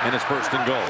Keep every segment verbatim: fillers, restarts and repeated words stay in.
And it's first and goal.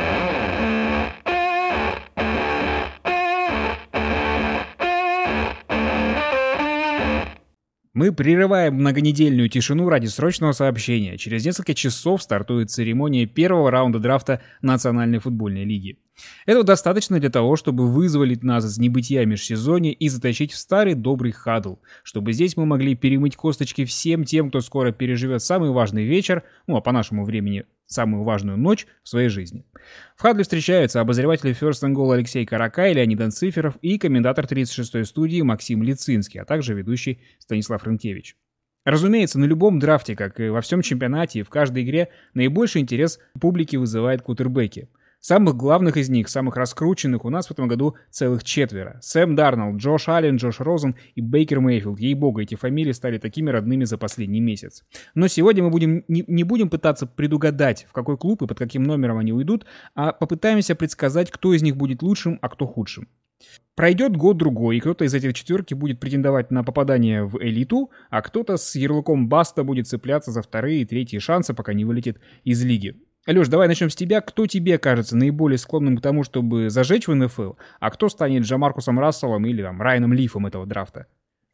Мы прерываем многонедельную тишину ради срочного сообщения. Через несколько часов стартует церемония первого раунда драфта Национальной футбольной лиги. Этого достаточно для того, чтобы вызволить нас из небытия межсезонья и затащить в старый добрый хадл, чтобы здесь мы могли перемыть косточки всем тем, кто скоро переживет самый важный вечер, ну а по нашему времени самую важную ночь в своей жизни. В хадле встречаются обозреватели First and Goal Алексей Каракай, Леонид Анциферов и комментатор тридцать шестой студии Максим Лицинский, а также ведущий Станислав Рынкевич. Разумеется, на любом драфте, как и во всем чемпионате и в каждой игре, наибольший интерес публики вызывает квотербеки. Самых главных из них, самых раскрученных у нас в этом году целых четверо. Сэм Дарнолд, Джош Аллен, Джош Розен и Бейкер Мейфилд. Ей-богу, эти фамилии стали такими родными за последний месяц. Но сегодня мы будем, не, не будем пытаться предугадать, в какой клуб и под каким номером они уйдут, а попытаемся предсказать, кто из них будет лучшим, а кто худшим. Пройдет год-другой, и кто-то из этих четверки будет претендовать на попадание в элиту, а кто-то с ярлыком баста будет цепляться за вторые и третьи шансы, пока не вылетит из лиги. Леш, давай начнем с тебя. Кто тебе кажется наиболее склонным к тому, чтобы зажечь в эн эф эл, а кто станет Джамаркусом Расселом или там, Райаном Лифом этого драфта?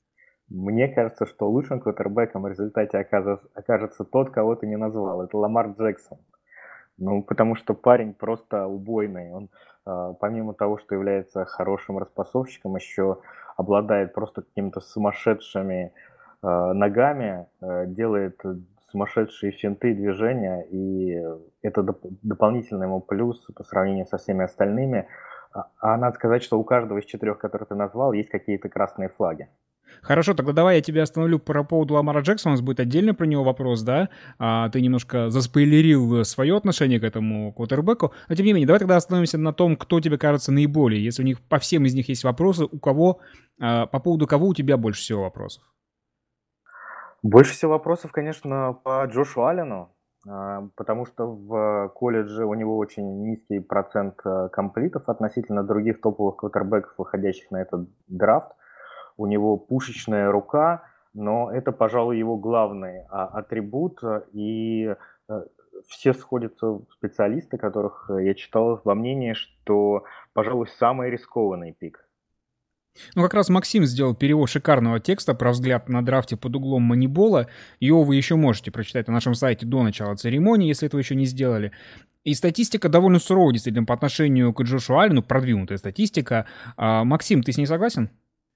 Мне кажется, что лучшим квотербеком в результате окажется, окажется тот, кого ты не назвал. Это Ламар Джексон. Ну, потому что парень просто убойный. Он, э, помимо того, что является хорошим распасовщиком, еще обладает просто какими-то сумасшедшими э, ногами, э, делает сумасшедшие финты, движения, и это доп- дополнительный ему плюс по сравнению со всеми остальными. А, а надо сказать, что у каждого из четырех, которые ты назвал, есть какие-то красные флаги. Хорошо, тогда давай я тебя остановлю по поводу Ламара Джексона. У нас будет отдельно про него вопрос, да? А, ты немножко заспойлерил свое отношение к этому квотербеку. Но тем не менее, давай тогда остановимся на том, кто тебе кажется наиболее. Если у них по всем из них есть вопросы, у кого, а, по поводу кого у тебя больше всего вопросов? Больше всего вопросов, конечно, по Джошу Аллену, потому что в колледже у него очень низкий процент комплитов относительно других топовых квотербеков, выходящих на этот драфт. У него пушечная рука, но это, пожалуй, его главный атрибут. И все сходятся специалисты, которых я читал, во мнении, что, пожалуй, самый рискованный пик. Ну, как раз Максим сделал перевод шикарного текста про взгляд на драфте под углом Манибола. Его вы еще можете прочитать на нашем сайте до начала церемонии, если этого еще не сделали. И статистика довольно суровая, действительно, по отношению к Джошу Аллену, продвинутая статистика. А, Максим, ты с ней согласен?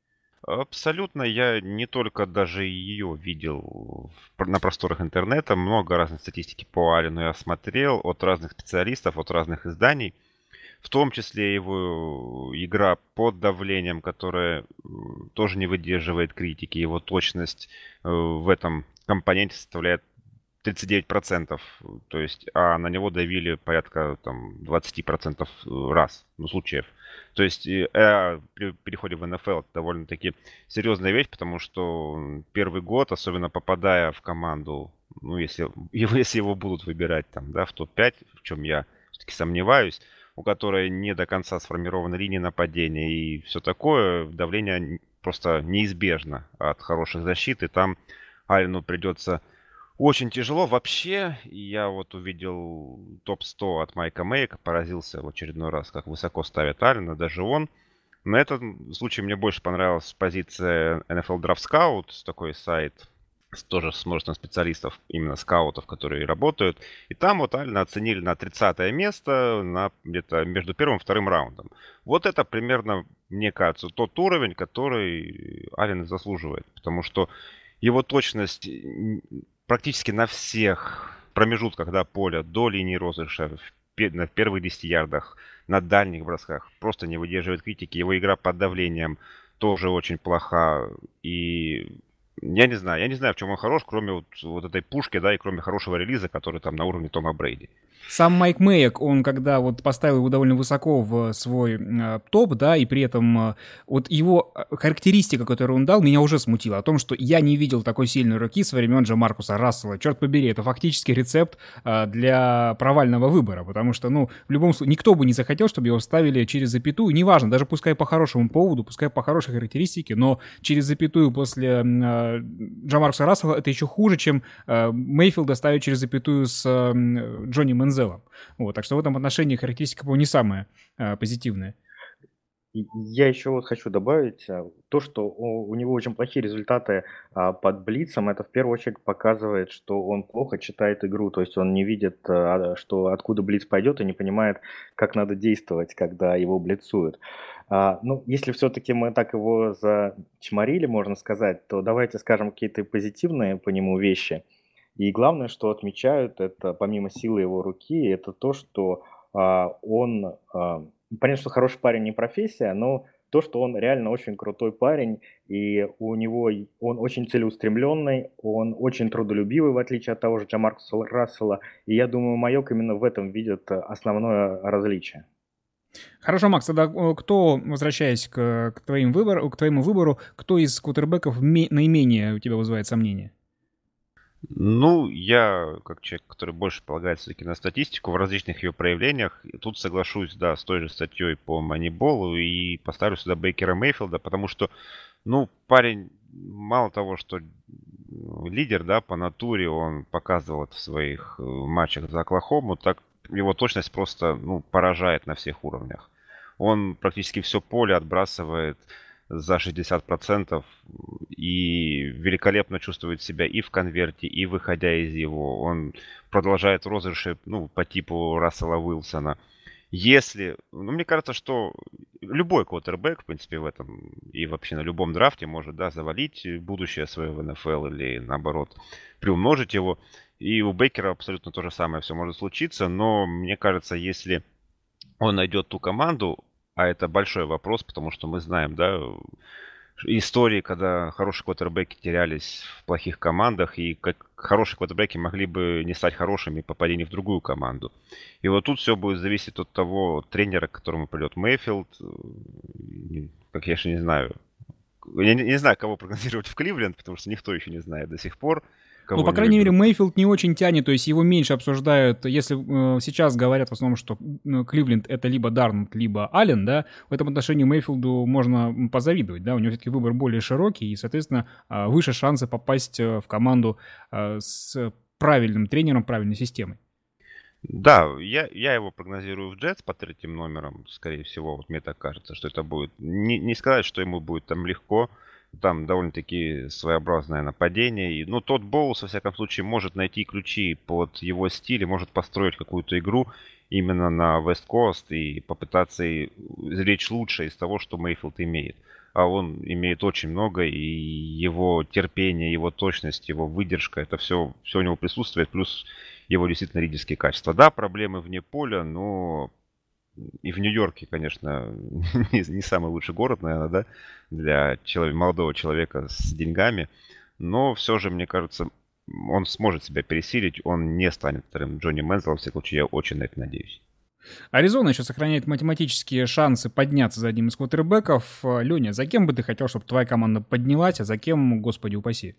Абсолютно. Я не только даже ее видел на просторах интернета. Много разной статистики по Аллену я смотрел от разных специалистов, от разных изданий. В том числе его игра под давлением, которая тоже не выдерживает критики. Его точность в этом компоненте составляет тридцать девять процентов. То есть, а на него давили порядка там, двадцать процентов раз, ну, случаев. То есть э, при переходе в эн эф эл это довольно-таки серьезная вещь, потому что первый год, особенно попадая в команду, ну, если, если его будут выбирать там, да, в топ пять, в чем я все-таки сомневаюсь, у которой не до конца сформирована линия нападения и все такое, давление просто неизбежно от хороших защит, и там Аллену придется очень тяжело. Вообще, я вот увидел топ сто от Майка Мэйка, поразился в очередной раз, как высоко ставят Аллена, даже он. На этом случае мне больше понравилась позиция эн эф эл Draft Scout, такой сайт, тоже с множеством специалистов, именно скаутов, которые работают. И там вот Аллена оценили на тридцатое место, на где-то между первым и вторым раундом. Вот это примерно, мне кажется, тот уровень, который Аллен заслуживает. Потому что его точность практически на всех промежутках, да, поля до линии розыгрыша, на первых десяти ярдах, на дальних бросках просто не выдерживает критики. Его игра под давлением тоже очень плоха. И я не знаю, я не знаю, в чем он хорош, кроме вот, вот этой пушки, да, и кроме хорошего релиза, который там на уровне Тома Брейди. Сам Майк Мэйк, он когда вот поставил его довольно высоко в свой э, топ, да, и при этом э, вот его характеристика, которую он дал, меня уже смутила. О том, что я не видел такой сильной руки со времен Джамаркуса Рассела. Черт побери, это фактически рецепт э, для провального выбора, потому что, ну, в любом случае, никто бы не захотел, чтобы его вставили через запятую, неважно, даже пускай по хорошему поводу, пускай по хорошей характеристике, но через запятую после э, э, Джамаркуса Рассела это еще хуже, чем э, Мейфилда ставить через запятую с э, Джонни Мензелом. Вот, так что в этом отношении характеристика, по-моему, не самая э, позитивная. Я еще вот хочу добавить, а, то, что у, у него очень плохие результаты а, под блицем, это в первую очередь показывает, что он плохо читает игру, то есть он не видит, а, что откуда блиц пойдет, и не понимает, как надо действовать, когда его блицуют. А, ну, если все-таки мы так его зачморили, можно сказать, то давайте скажем какие-то позитивные по нему вещи. И главное, что отмечают, это помимо силы его руки, это то, что а, он... а, Понятно, что хороший парень не профессия, но то, что он реально очень крутой парень, и у него и- он очень целеустремленный, он очень трудолюбивый, в отличие от того же Джамаркуса Рассела. И я думаю, Майок именно в этом видит э, основное различие. Хорошо, Макс, тогда э, кто, возвращаясь к, к твоим выбор, к твоему выбору, кто из квотербеков ме- наименее у тебя вызывает сомнения? Ну, я, как человек, который больше полагается все-таки на статистику в различных ее проявлениях, тут соглашусь, да, с той же статьей по Маниболу и поставлю сюда Бейкера Мейфилда, потому что, ну, парень, мало того, что лидер, да, по натуре, он показывал это в своих э, матчах за Оклахому, так его точность просто, ну, поражает на всех уровнях. Он практически все поле отбрасывает за шестьдесят процентов и великолепно чувствует себя и в конверте, и выходя из его. Он продолжает розыгрыши, ну, по типу Рассела Уилсона. Если, ну, мне кажется, что любой квотербек, в принципе, в этом и вообще на любом драфте может, да, завалить будущее свое в эн эф эл или, наоборот, приумножить его. И у Бейкера абсолютно то же самое все может случиться, но мне кажется, если он найдет ту команду, а это большой вопрос, потому что мы знаем, да, истории, когда хорошие квотербеки терялись в плохих командах, и как хорошие квотербеки могли бы не стать хорошими по падению в другую команду. И вот тут все будет зависеть от того тренера, к которому придет Мейфилд. Как я еще не знаю. Я не, не знаю, кого прогнозировать в Кливленд, потому что никто еще не знает до сих пор. Ну, по крайней мере, Мейфилд не очень тянет, то есть его меньше обсуждают. Если э, сейчас говорят в основном, что э, Кливленд — это либо Дарнольд, либо Аллен, да, в этом отношении Мейфилду можно позавидовать, да, у него все-таки выбор более широкий, и, соответственно, э, выше шансы попасть э, в команду э, с правильным тренером, правильной системой. Да, я, я его прогнозирую в Джетс по третьим номерам, скорее всего, вот мне так кажется, что это будет. Не, не сказать, что ему будет там легко, там довольно-таки своеобразное нападение. И, ну, тот Боулс, во всяком случае, может найти ключи под его стиль и может построить какую-то игру именно на West Coast и попытаться извлечь лучшее из того, что Мейфилд имеет. А он имеет очень много, и его терпение, его точность, его выдержка, это все, все у него присутствует, плюс его действительно лидерские качества. Да, проблемы вне поля, но и в Нью-Йорке, конечно, не, не самый лучший город, наверное, да, для человека, молодого человека с деньгами. Но все же, мне кажется, он сможет себя пересилить, он не станет вторым Джонни Мензелом, в всяком случае, я очень на это надеюсь. Аризона еще сохраняет математические шансы подняться за одним из квотербеков. Леня, за кем бы ты хотел, чтобы твоя команда поднялась, а за кем, господи упаси?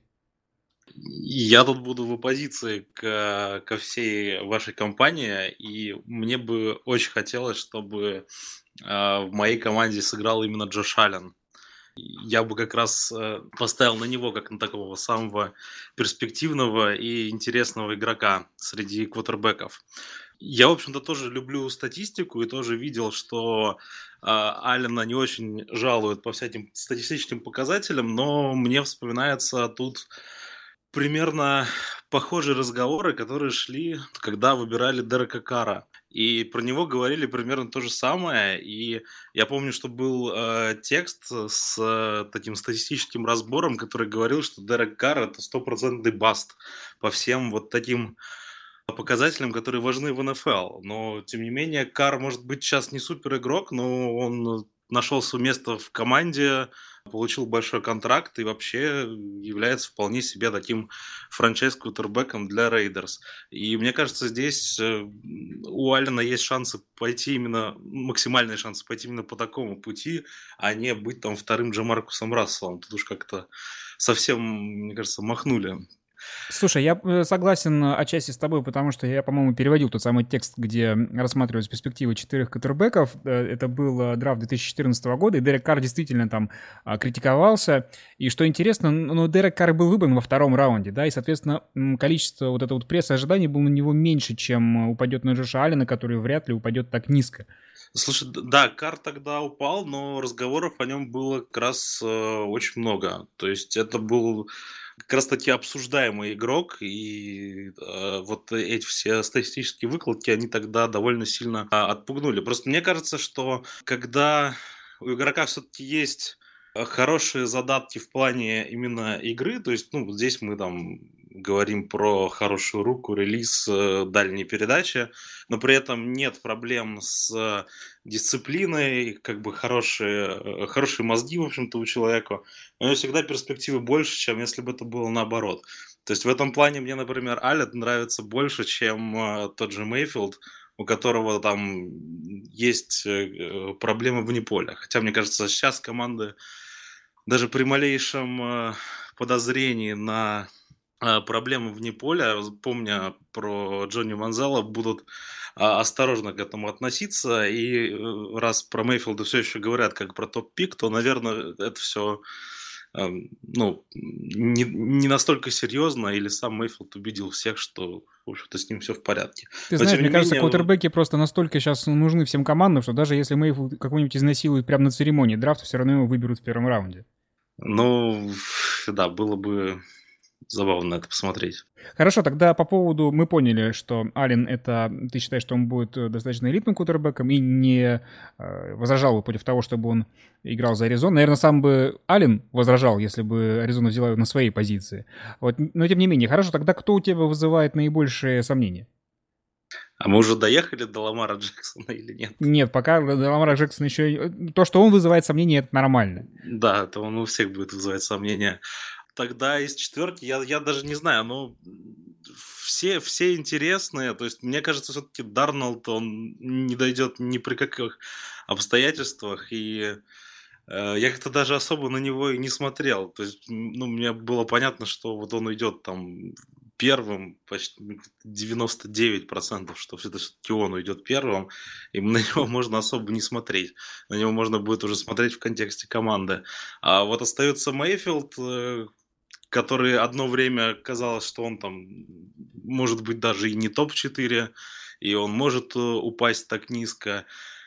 Я тут буду в оппозиции к, ко всей вашей компании, и мне бы очень хотелось, чтобы э, в моей команде сыграл именно Джош Аллен. Я бы как раз э, поставил на него как на такого самого перспективного и интересного игрока среди квотербеков. Я, в общем-то, тоже люблю статистику и тоже видел, что э, Аллена не очень жалуют по всяким статистическим показателям, но мне вспоминается тут примерно похожие разговоры, которые шли, когда выбирали Дерека Карра. И про него говорили примерно то же самое. И я помню, что был э, текст с э, таким статистическим разбором, который говорил, что Дерек Карр — это стопроцентный баст по всем вот таким показателям, которые важны в эн эф эл. Но, тем не менее, Карр, может быть, сейчас не супер игрок, но он нашел свое место в команде, получил большой контракт и вообще является вполне себе таким франчайз-квотербеком для Рейдерс. И мне кажется, здесь у Аллена есть шансы пойти именно, максимальные шансы пойти именно по такому пути, а не быть там вторым Джамаркусом Расселом. Тут уж как-то совсем, мне кажется, махнули Слушай, я э, согласен э, отчасти с тобой, потому что я, по-моему, переводил тот самый текст, где рассматривались перспективы четырех квотербеков. Э, Это был э, драфт две тысячи четырнадцатого года, и Дерек Карр действительно там а, критиковался. И что интересно, ну, Дерек Карр был выбран во втором раунде, да, и, соответственно, м, количество вот этого вот пресса ожиданий было на него меньше, чем э, упадет на Джоша Аллена, который вряд ли упадет так низко. Слушай, д- да, Кар тогда упал, но разговоров о нем было как раз э, очень много. То есть это был как раз таки обсуждаемый игрок, и э, вот эти все статистические выкладки, они тогда довольно сильно а, отпугнули. Просто мне кажется, что когда у игрока все-таки есть э, хорошие задатки в плане именно игры, то есть, ну, вот здесь мы там говорим про хорошую руку, релиз, э, дальние передачи, но при этом нет проблем с дисциплиной, как бы хорошие, э, хорошие мозги, в общем-то, у человека. У него всегда перспективы больше, чем если бы это было наоборот. То есть в этом плане мне, например, Аллен нравится больше, чем э, тот же Мейфилд, у которого там есть э, проблемы вне поля. Хотя, мне кажется, сейчас команды даже при малейшем э, подозрении на э, проблемы вне поля, помня про Джонни Манзелла, будут а, осторожно к этому относиться. И э, раз про Мейфилда все еще говорят как про топ-пик, то, наверное, это все э, ну, не, не настолько серьезно, или сам Мейфилд убедил всех, что, в общем-то, с ним все в порядке. Ты Но, знаешь, тем мне не кажется, менее, квотербеки просто настолько сейчас нужны всем командам, что даже если Мейфилд какой-нибудь изнасилует прямо на церемонии драфта, все равно его выберут в первом раунде. ну, да, было бы забавно на это посмотреть. Хорошо, тогда по поводу... Мы поняли, что Аллен это... Ты считаешь, что он будет э, достаточно элитным квотербеком и не э, возражал бы против того, чтобы он играл за Аризону. Наверное, сам бы Аллен возражал, если бы Аризона взяла его на своей позиции. Вот, но тем не менее, хорошо, тогда кто у тебя вызывает наибольшие сомнения? А мы уже доехали до Ламара Джексона или нет? Нет, пока до Ламара Джексона еще... То, что он вызывает сомнения, это нормально. Да, это он у всех будет вызывать сомнения. Тогда из четверки, я, я даже не знаю, но все, все интересные. То есть, мне кажется, все-таки Дарнолд, он не дойдет ни при каких обстоятельствах. И э, я как-то даже особо на него и не смотрел. То есть, ну, мне было понятно, что вот он уйдет там первым, почти девяносто девять процентов, что все-таки он уйдет первым, и на него можно особо не смотреть. На него можно будет уже смотреть в контексте команды. А вот остается Мейфилд, э, который одно время казалось, что он там может быть даже и не топ четыре, и он может э, упасть так низко.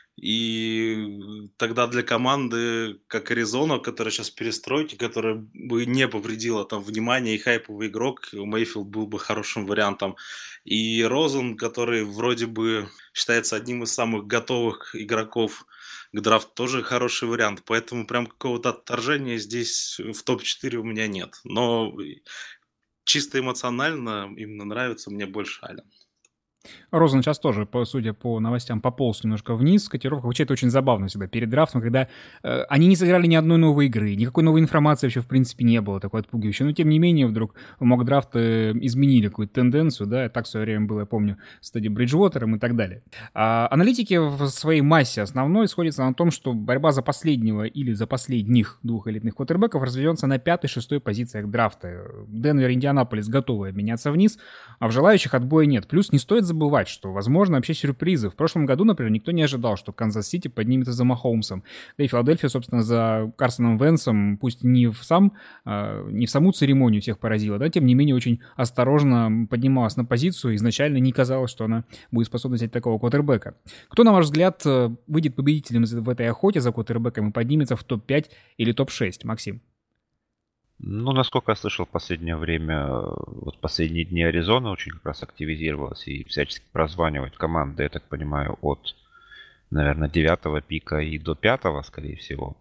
И тогда для команды, как Аризона, которая сейчас в перестройке, которая бы не повредила там внимание и хайповый игрок, Мейфилд был бы хорошим вариантом. И Розен, который вроде бы считается одним из самых готовых игроков к драфту, тоже хороший вариант. Поэтому прям какого-то отторжения здесь в топ четыре у меня нет. Но чисто эмоционально именно нравится мне больше Аллен. Розен сейчас тоже, по, судя по новостям, пополз немножко вниз. Котировка вообще это очень забавно всегда перед драфтом, когда э, они не сыграли ни одной новой игры, никакой новой информации вообще в принципе не было такой отпугивающей. Но тем не менее вдруг в мокдрафт э, изменили какую-то тенденцию, да, так в свое время было, я помню, с Тедди Бриджвотером и так далее. А аналитики в своей массе основной сходятся на том, что борьба за последнего или за последних двух элитных квотербеков разведется на пятой-шестой позициях драфта. Денвер, Индианаполис готовы обменяться вниз, а в желающих отбоя нет. Плюс не стоит забывать, что, возможно, вообще сюрпризы. В прошлом году, например, никто не ожидал, что Канзас-Сити поднимется за Махоумсом. Да и Филадельфия, собственно, за Карсоном Венсом, пусть не в, сам, э, не в саму церемонию всех поразила, да, тем не менее очень осторожно поднималась на позицию. Изначально не казалось, что она будет способна взять такого квотербека. Кто, на ваш взгляд, выйдет победителем в этой охоте за квотербеком и поднимется в топ пять или топ шесть, Максим? Ну, насколько я слышал в последнее время, вот последние дни Аризона очень как раз активизировалась и всячески прозванивает команды, я так понимаю, от, наверное, девятого пика и до пятого, скорее всего.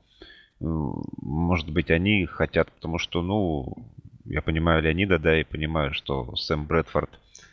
Может быть, они хотят, потому что, ну, я понимаю Леонида, да, и понимаю, что Сэм Брэдфорд,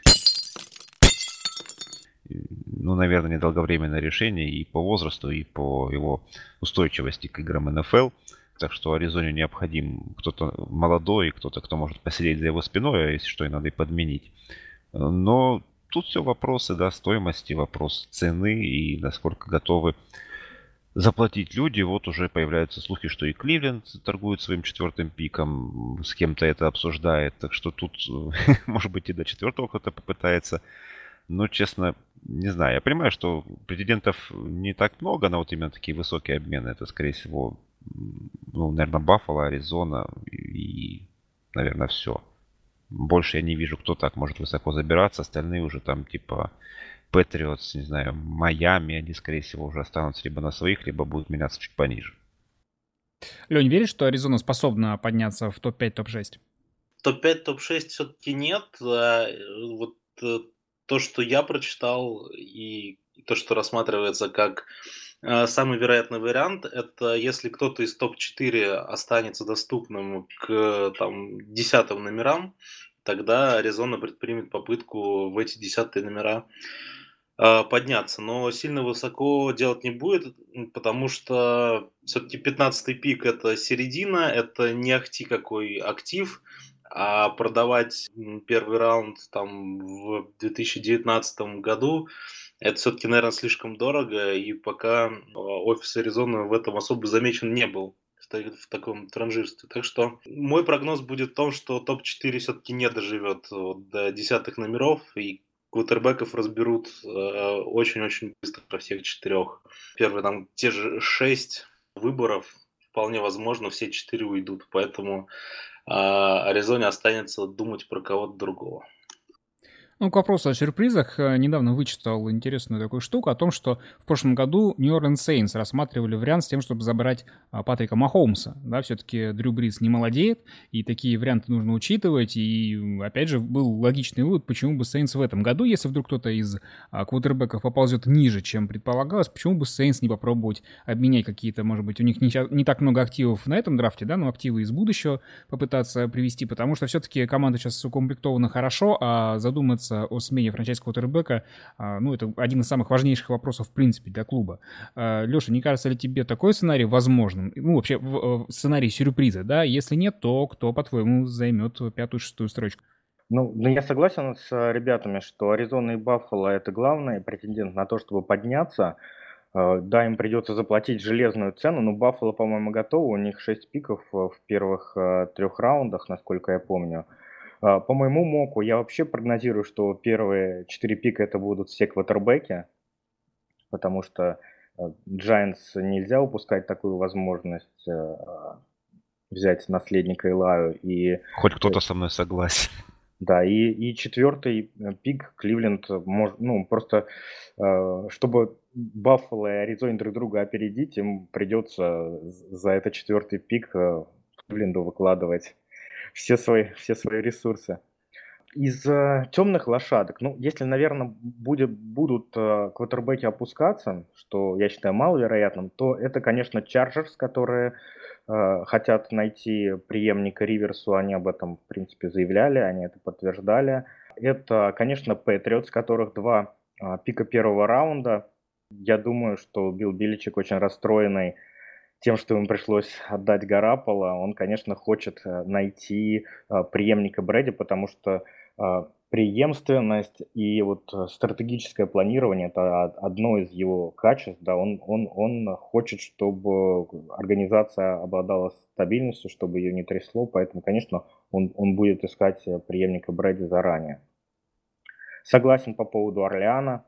ну, наверное, недолговременное решение и по возрасту, и по его устойчивости к играм эн эф эл. Так что Аризоне необходим кто-то молодой, кто-то, кто может посидеть за его спиной, а если что, и надо и подменить. Но тут все вопросы, да, стоимости, вопрос цены и насколько готовы заплатить люди. Вот уже появляются слухи, что и Кливленд торгует своим четвертым пиком, с кем-то это обсуждает. Так что тут, может быть, и до четвертого кто-то попытается. Но, честно, не знаю. Я понимаю, что претендентов не так много на вот именно такие высокие обмены. Это, скорее всего, ну, наверное, Баффало, Аризона и, наверное, все. Больше я не вижу, кто так может высоко забираться. Остальные уже там типа Патриотс, не знаю, Майами, они, скорее всего, уже останутся либо на своих, либо будут меняться чуть пониже. Лень, веришь, что Аризона способна подняться в топ пять, топ шесть? топ пять, топ шесть все-таки нет. А вот то, что я прочитал, и то, что рассматривается как самый вероятный вариант, это если кто-то из топ четыре останется доступным к там, десятым номерам, тогда Аризона предпримет попытку в эти десятые номера э, подняться. Но сильно высоко делать не будет, потому что все-таки пятнадцатый пик – это середина, это не ахти какой актив, а продавать первый раунд там, в две тысячи девятнадцатом году это все-таки, наверное, слишком дорого, и пока офис Аризоны в этом особо замечен не был в таком транжирстве. Так что мой прогноз будет в том, что топ четыре все-таки не доживет до десятых номеров, и квотербеков разберут очень-очень быстро всех четырех. Первые там те же шесть выборов, вполне возможно, все четыре уйдут, поэтому Аризоне останется думать про кого-то другого. Ну, к вопросу о сюрпризах, недавно вычитал интересную такую штуку о том, что в прошлом году New Orleans Saints рассматривали вариант с тем, чтобы забрать Патрика Махоумса. Да, все-таки Дрю Бриз не молодеет, и такие варианты нужно учитывать. И, опять же, был логичный вывод, почему бы Saints в этом году, если вдруг кто-то из квотербеков поползет ниже, чем предполагалось, почему бы Saints не попробовать обменять какие-то, может быть, у них не, не так много активов на этом драфте, да, но активы из будущего попытаться привести, потому что все-таки команда сейчас укомплектована хорошо, а задуматься о смене франчайз-квотербека, ну, это один из самых важнейших вопросов, в принципе, для клуба. Леша, не кажется ли тебе такой сценарий возможным? Ну, вообще, сценарий сюрприза, да? Если нет, то кто, по-твоему, займет пятую-шестую строчку? Ну, ну, я согласен с ребятами, что Аризона и Баффало – это главный претендент на то, чтобы подняться. Да, им придется заплатить железную цену, но Баффало, по-моему, готовы. У них шесть пиков в первых трех раундах, насколько я помню. По моему моку, я вообще прогнозирую, что первые четыре пика это будут все квотербеки, потому что Giants нельзя упускать такую возможность взять наследника Илаю. И... Хоть кто-то со мной согласен. Да, и, и четвертый пик Кливленд, может, ну, просто чтобы Баффало и Аризоне друг друга опередить, им придется за этот четвертый пик Кливленду выкладывать все свои, все свои ресурсы. Из э, темных лошадок, ну, если, наверное, будет, будут э, квотербеки опускаться, что я считаю маловероятным, то это, конечно, Чарджерс, которые э, хотят найти преемника Риверсу, они об этом, в принципе, заявляли, они это подтверждали. Это, конечно, Патриотс, которых два э, пика первого раунда. Я думаю, что Билл Беличек очень расстроенный тем, что им пришлось отдать Гарапполо, он, конечно, хочет найти а, преемника Брэди, потому что а, преемственность и вот стратегическое планирование – это одно из его качеств. Да, он, он, он хочет, чтобы организация обладала стабильностью, чтобы ее не трясло, поэтому, конечно, он, он будет искать преемника Брэди заранее. Согласен по поводу Орлеана.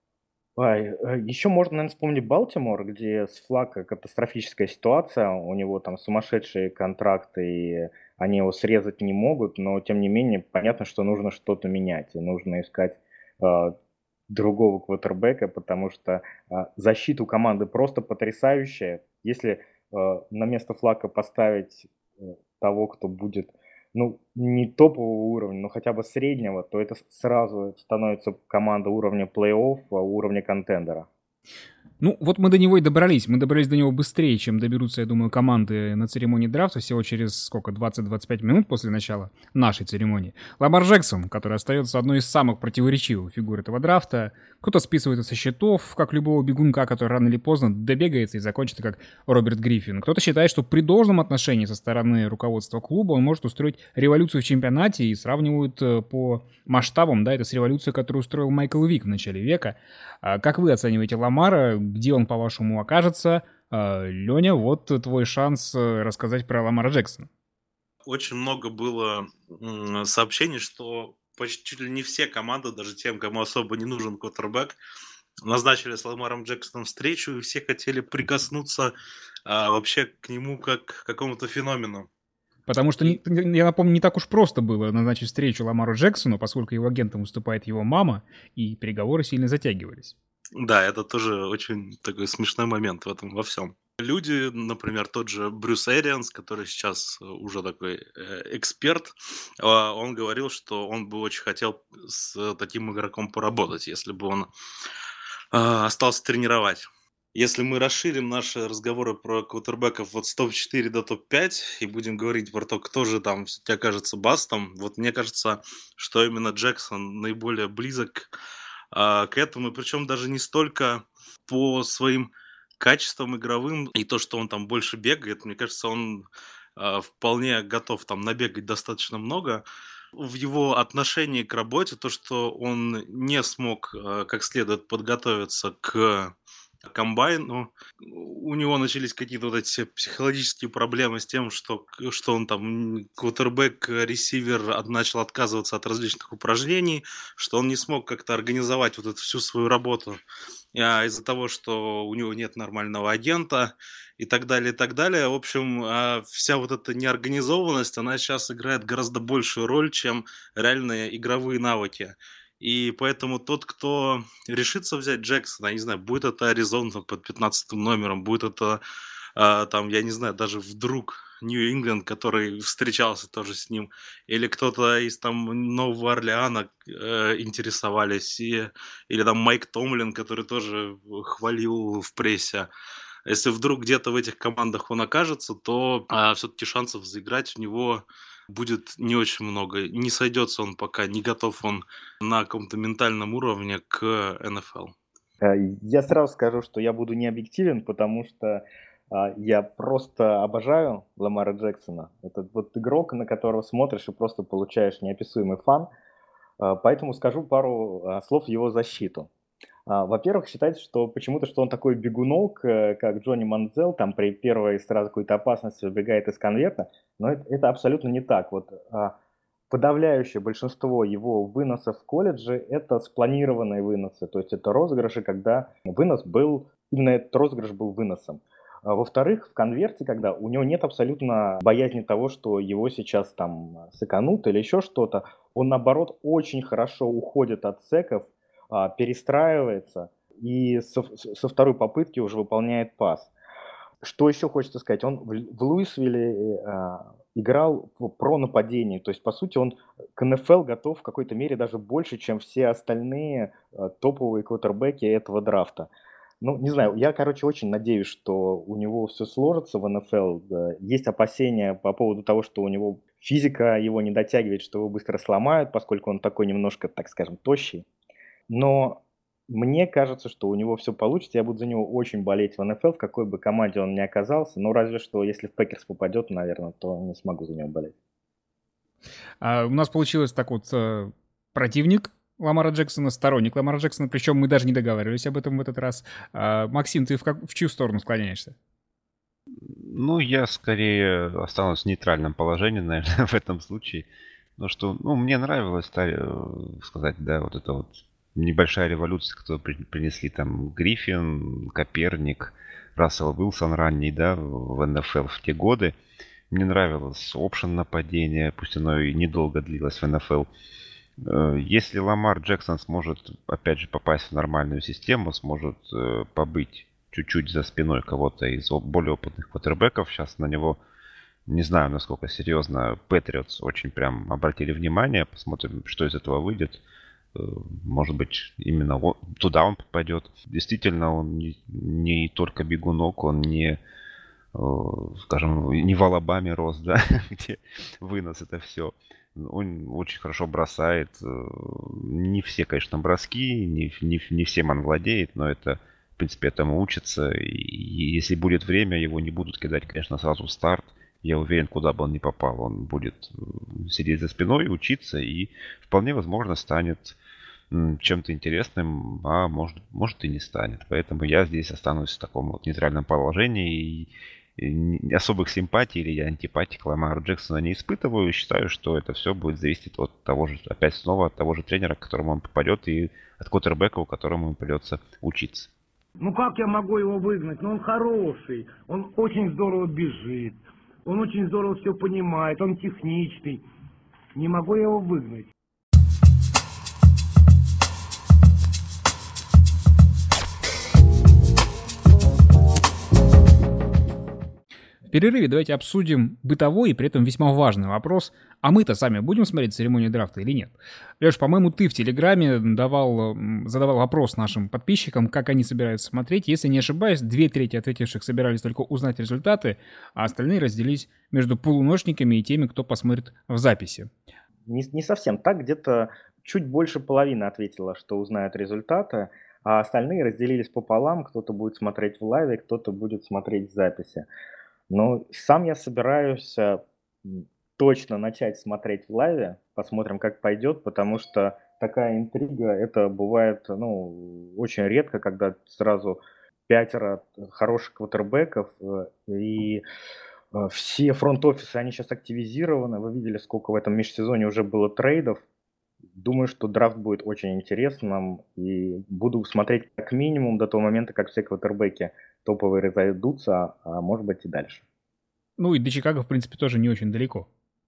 Еще можно, наверное, вспомнить Балтимор, где с Флако катастрофическая ситуация, у него там сумасшедшие контракты, и они его срезать не могут, но тем не менее понятно, что нужно что-то менять, и нужно искать э, другого квотербека, потому что э, защита у команды просто потрясающая. Если э, на место Флако поставить э, того, кто будет, ну, не топового уровня, но хотя бы среднего, то это сразу становится команда уровня плей-офф, уровня контендера. Ну, вот мы до него и добрались. Мы добрались до него быстрее, чем доберутся, я думаю, команды на церемонии драфта. Всего через, сколько, двадцать-двадцать пять минут после начала нашей церемонии. Ламар Джексон, который остается одной из самых противоречивых фигур этого драфта. Кто-то списывает это со счетов, как любого бегунка, который рано или поздно добегается и закончится, как Роберт Гриффин. Кто-то считает, что при должном отношении со стороны руководства клуба он может устроить революцию в чемпионате, и сравнивают по масштабам, да, это с революцией, которую устроил Майкл Вик в начале века. Как вы оцениваете Ламара? где он, по-вашему, окажется. Леня, вот твой шанс рассказать про Ламара Джексона. Очень много было сообщений, что почти чуть ли не все команды, даже тем, кому особо не нужен квотербек, назначили с Ламаром Джексоном встречу, и все хотели прикоснуться а, вообще к нему как к какому-то феномену. Потому что, я напомню, не так уж просто было назначить встречу Ламару Джексону, поскольку его агентом выступает его мама, и переговоры сильно затягивались. Да, это тоже очень такой смешной момент в этом во всем. Люди, например, тот же Брюс Эрианс, который сейчас уже такой э, эксперт, э, он говорил, что он бы очень хотел с таким игроком поработать, если бы он э, остался тренировать. Если мы расширим наши разговоры про квотербеков вот с топ четыре до топ пять и будем говорить про то, кто же там все-таки окажется бастом, вот мне кажется, что именно Джексон наиболее близок а, к этому, и причем даже не столько по своим качествам игровым и то, что он там больше бегает, мне кажется, он а, вполне готов там набегать достаточно много. В его отношении к работе, то, что он не смог а, как следует подготовиться к комбайну, у него начались какие-то вот эти психологические проблемы с тем, что, что он там, квотербек, ресивер начал отказываться от различных упражнений, что он не смог как-то организовать вот эту всю свою работу а, из-за того, что у него нет нормального агента и так далее, и так далее. В общем, а, вся вот эта неорганизованность, она сейчас играет гораздо большую роль, чем реальные игровые навыки. И поэтому тот, кто решится взять Джексона, я не знаю, будет это Аризона под пятнадцатым номером, будет это, э, там, я не знаю, даже вдруг Нью-Ингланд, который встречался тоже с ним, или кто-то из там Нового Орлеана э, интересовались, и, или там Майк Томлин, который тоже хвалил в прессе. Если вдруг где-то в этих командах он окажется, то э, все-таки шансов заиграть у него будет не очень много. Не сойдется он пока, не готов он на каком-то ментальном уровне к эн эф эл. Я сразу скажу, что я буду не объективен, потому что а, я просто обожаю Ламара Джексона. Это вот игрок, на которого смотришь и просто получаешь неописуемый фан. А, поэтому скажу пару а, слов в его защиту. А, во-первых, считается, что почему-то, что он такой бегунок, как Джонни Манзел, там при первой сразу какой-то опасности выбегает из конверта, но это, это абсолютно не так. Вот а, подавляющее большинство его выносов в колледже – это спланированные выносы, то есть это розыгрыши, когда вынос был, именно этот розыгрыш был выносом. А, во-вторых, в конверте, когда у него нет абсолютно боязни того, что его сейчас там сэканут или еще что-то, он наоборот очень хорошо уходит от секов, перестраивается и со, со второй попытки уже выполняет пас. Что еще хочется сказать? Он в, в Луисвилле э, играл в, про нападение. То есть, по сути, он к эн эф эл готов в какой-то мере даже больше, чем все остальные э, топовые квотербеки этого драфта. Ну, не знаю, я, короче, очень надеюсь, что у него все сложится в эн эф эл. Да. Есть опасения по поводу того, что у него физика его не дотягивает, что его быстро сломают, поскольку он такой немножко, так скажем, тощий. Но мне кажется, что у него все получится. Я буду за него очень болеть в эн эф эл, в какой бы команде он ни оказался. Но разве что, если в Пекерс попадет, наверное, то не смогу за него болеть. А у нас получилось так вот э, противник Ламара Джексона, сторонник Ламара Джексона. Причем мы даже не договаривались об этом в этот раз. А, Максим, ты в, как, в чью сторону склоняешься? Ну, я скорее останусь в нейтральном положении, наверное, в этом случае. Потому что, ну, мне нравилось, сказать, да, вот это вот небольшая революция, которую принесли там Гриффин, Коперник, Рассел Уилсон ранний, да, в эн эф эл в те годы. Мне нравилось опшен нападение, пусть оно и недолго длилось в эн эф эл. Если Ламар Джексон сможет, опять же, попасть в нормальную систему, сможет побыть чуть-чуть за спиной кого-то из более опытных квотербеков, сейчас на него, не знаю, насколько серьезно, Патриотс очень прям обратили внимание, посмотрим, что из этого выйдет. Может быть, именно он, туда он попадет. Действительно, он не, не только бегунок, он не, скажем, не в Алабаме рос, да, где вынос это все. Он очень хорошо бросает. Не все, конечно, броски, не, не, не всем он владеет, но это, в принципе, этому учится. И если будет время, его не будут кидать, конечно, сразу в старт. Я уверен, куда бы он ни попал, он будет сидеть за спиной, учиться и вполне возможно станет чем-то интересным, а может, может и не станет. Поэтому я здесь останусь в таком вот нейтральном положении и особых симпатий или антипатий к Ламару Джексону не испытываю. Считаю, что это все будет зависеть от того же, опять снова от того же тренера, к которому он попадет, и от квотербека, у которому ему придется учиться. Ну как я могу его выгнать? Ну он хороший, он очень здорово бежит, он очень здорово все понимает, он техничный. Не могу я его выгнать. В перерыве давайте обсудим бытовой и при этом весьма важный вопрос. А мы-то сами будем смотреть церемонию драфта или нет? Леш, по-моему, ты в Телеграме давал, задавал вопрос нашим подписчикам, как они собираются смотреть. Если не ошибаюсь, две трети ответивших собирались только узнать результаты, а остальные разделились между полуношниками и теми, кто посмотрит в записи. Не, не совсем так. Где-то чуть больше половины ответила, что узнают результаты, а остальные разделились пополам. Кто-то будет смотреть в лайве, кто-то будет смотреть в записи. Но сам я собираюсь точно начать смотреть в лайве, посмотрим, как пойдет, потому что такая интрига, это бывает, ну, очень редко, когда сразу пятеро хороших квотербеков, и все фронт-офисы, они сейчас активизированы, вы видели, сколько в этом межсезонье уже было трейдов. Думаю, что драфт будет очень интересным, и буду смотреть как минимум до того момента, как все квотербеки топовые разойдутся, а может быть и дальше. Ну и до Чикаго, в принципе, тоже не очень далеко.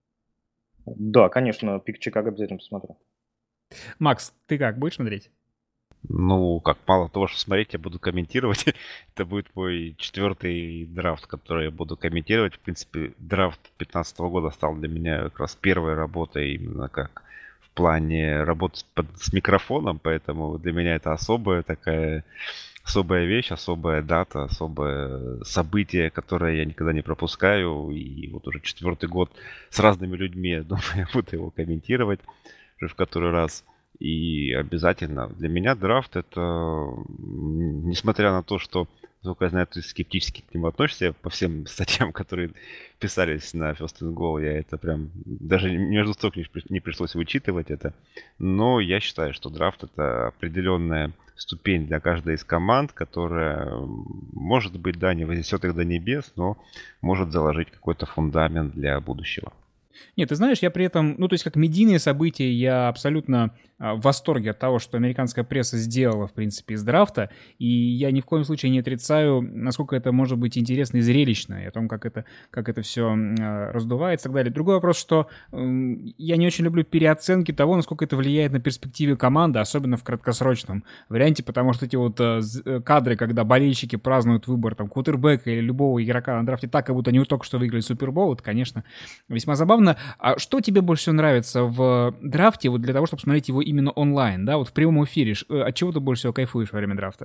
Да, конечно, пик Чикаго обязательно посмотрю. Макс, ты как, будешь смотреть? Ну, как мало того, что смотреть, я буду комментировать. Это будет мой четвертый драфт, который я буду комментировать. В принципе, драфт две тысячи пятнадцатого года стал для меня как раз первой работой именно как в плане работы под, с микрофоном, поэтому для меня это особая такая особая вещь, особая дата, особое событие, которое я никогда не пропускаю. И вот уже четвертый год с разными людьми, я думаю, я буду его комментировать уже в который раз. И обязательно для меня драфт это, несмотря на то, что, насколько я знаю, ты скептически к нему относишься, по всем статьям, которые писались на First and Goal, я это прям, даже между строк не пришлось вычитывать это, но я считаю, что драфт это определенная ступень для каждой из команд, которая, может быть, да, не вознесет их до небес, но может заложить какой-то фундамент для будущего. Нет, ты знаешь, я при этом, ну, то есть как медийные события, я абсолютно а, в восторге от того, что американская пресса сделала, в принципе, из драфта, и я ни в коем случае не отрицаю, насколько это может быть интересно и зрелищно, и о том, как это, как это все а, раздувается и так далее. Другой вопрос, что э, я не очень люблю переоценки того, насколько это влияет на перспективы команды, особенно в краткосрочном варианте, потому что эти вот а, кадры, когда болельщики празднуют выбор там квотербека или любого игрока на драфте так, как будто они только что выиграли Супербол, это, конечно, весьма забавно. А что тебе больше всего нравится в драфте, вот для того, чтобы смотреть его именно онлайн, да, вот в прямом эфире? От чего ты больше всего кайфуешь во время драфта?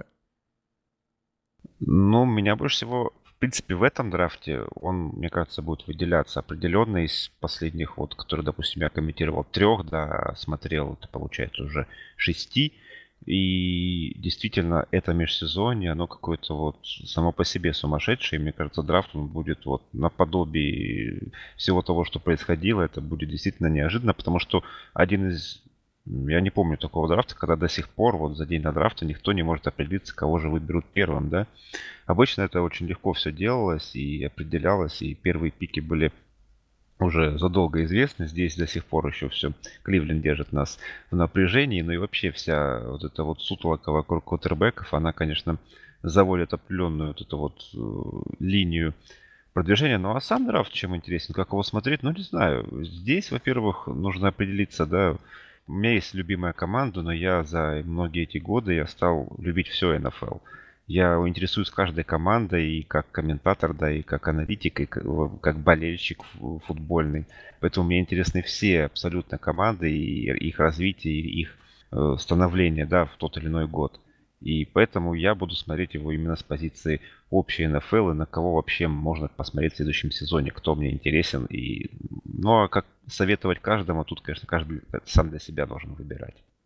Ну, меня больше всего, в принципе, в этом драфте, он, мне кажется, будет выделяться определенно из последних, вот, которые, допустим, я комментировал трех, да, смотрел, это получается уже шести. И действительно, это межсезонье, оно какое-то вот само по себе сумасшедшее. И мне кажется, драфт он будет вот наподобие всего того, что происходило. Это будет действительно неожиданно, потому что один из... Я не помню такого драфта, когда до сих пор вот за день до драфта никто не может определиться, кого же выберут первым, да. Обычно это очень легко все делалось и определялось, и первые пики были уже задолго известно. Здесь до сих пор еще все Кливленд держит нас в напряжении. Ну и вообще вся вот эта вот сутолока вокруг квотербеков, она, конечно, заводит определенную вот эту вот э, линию продвижения. Ну а сам драфт чем интересен? Как его смотреть? Ну не знаю. Здесь, во-первых, нужно определиться, да. У меня есть любимая команда, но я за многие эти годы я стал любить все эн эф эл. Я интересуюсь каждой командой и как комментатор, да, и как аналитик, и как болельщик футбольный. Поэтому мне интересны все абсолютно команды и их развитие, и их становление, да, в тот или иной год. И поэтому я буду смотреть его именно с позиции общей эн эф эл, и на кого вообще можно посмотреть в следующем сезоне, кто мне интересен. И... Ну а как советовать каждому, тут, конечно, каждый сам для себя должен выбирать.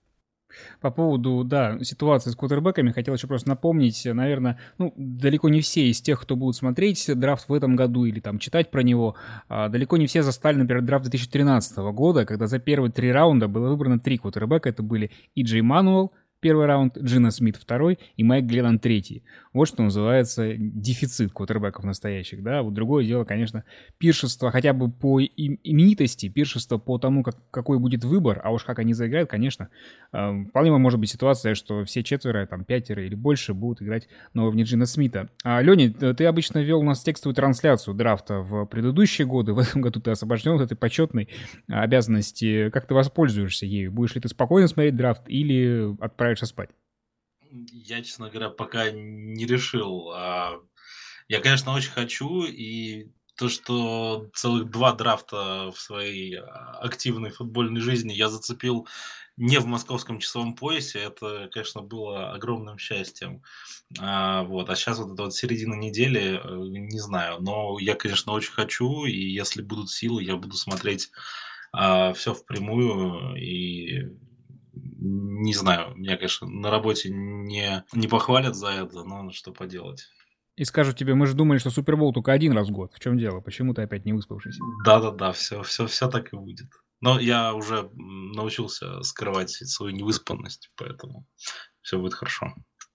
По поводу, да, ситуации с квотербеками, хотел еще просто напомнить, наверное, ну, далеко не все из тех, кто будут смотреть драфт в этом году или там читать про него, а, далеко не все застали, например, драфт две тысячи тринадцатого года, когда за первые три раунда было выбрано три квотербека. Это были И Джей Мануэл, первый раунд, Джино Смит второй и Майк Гленнон третий. Вот что называется дефицит квотербеков настоящих, да. Вот другое дело, конечно, пиршество хотя бы по им- именитости, пиршество по тому, как, какой будет выбор, а уж как они заиграют, конечно. Э, вполне может быть ситуация, что все четверо, там, пятеро или больше будут играть на уровне Джина Смита. А, Леня, ты обычно вел у нас текстовую трансляцию драфта в предыдущие годы. В этом году ты освобожден от этой почетной обязанности. Как ты воспользуешься ею? Будешь ли ты спокойно смотреть драфт или отправишься спать? Я, честно говоря, пока не решил. А, Я, конечно, очень хочу, и то, что целых два драфта в своей а, активной футбольной жизни я зацепил не в московском часовом поясе, это, конечно, было огромным счастьем. А, Вот. А сейчас вот эта вот середина недели, э, не знаю, но я, конечно, очень хочу, и если будут силы, я буду смотреть все впрямую, и не знаю, меня, конечно, на работе не, не похвалят за это, но что поделать. И скажут тебе, мы же думали, что Супербол только один раз в год. В чем дело? Почему ты опять не выспавшийся? Да-да-да, все, все, все так и будет. Но я уже м, научился скрывать свою невыспанность, поэтому все будет хорошо.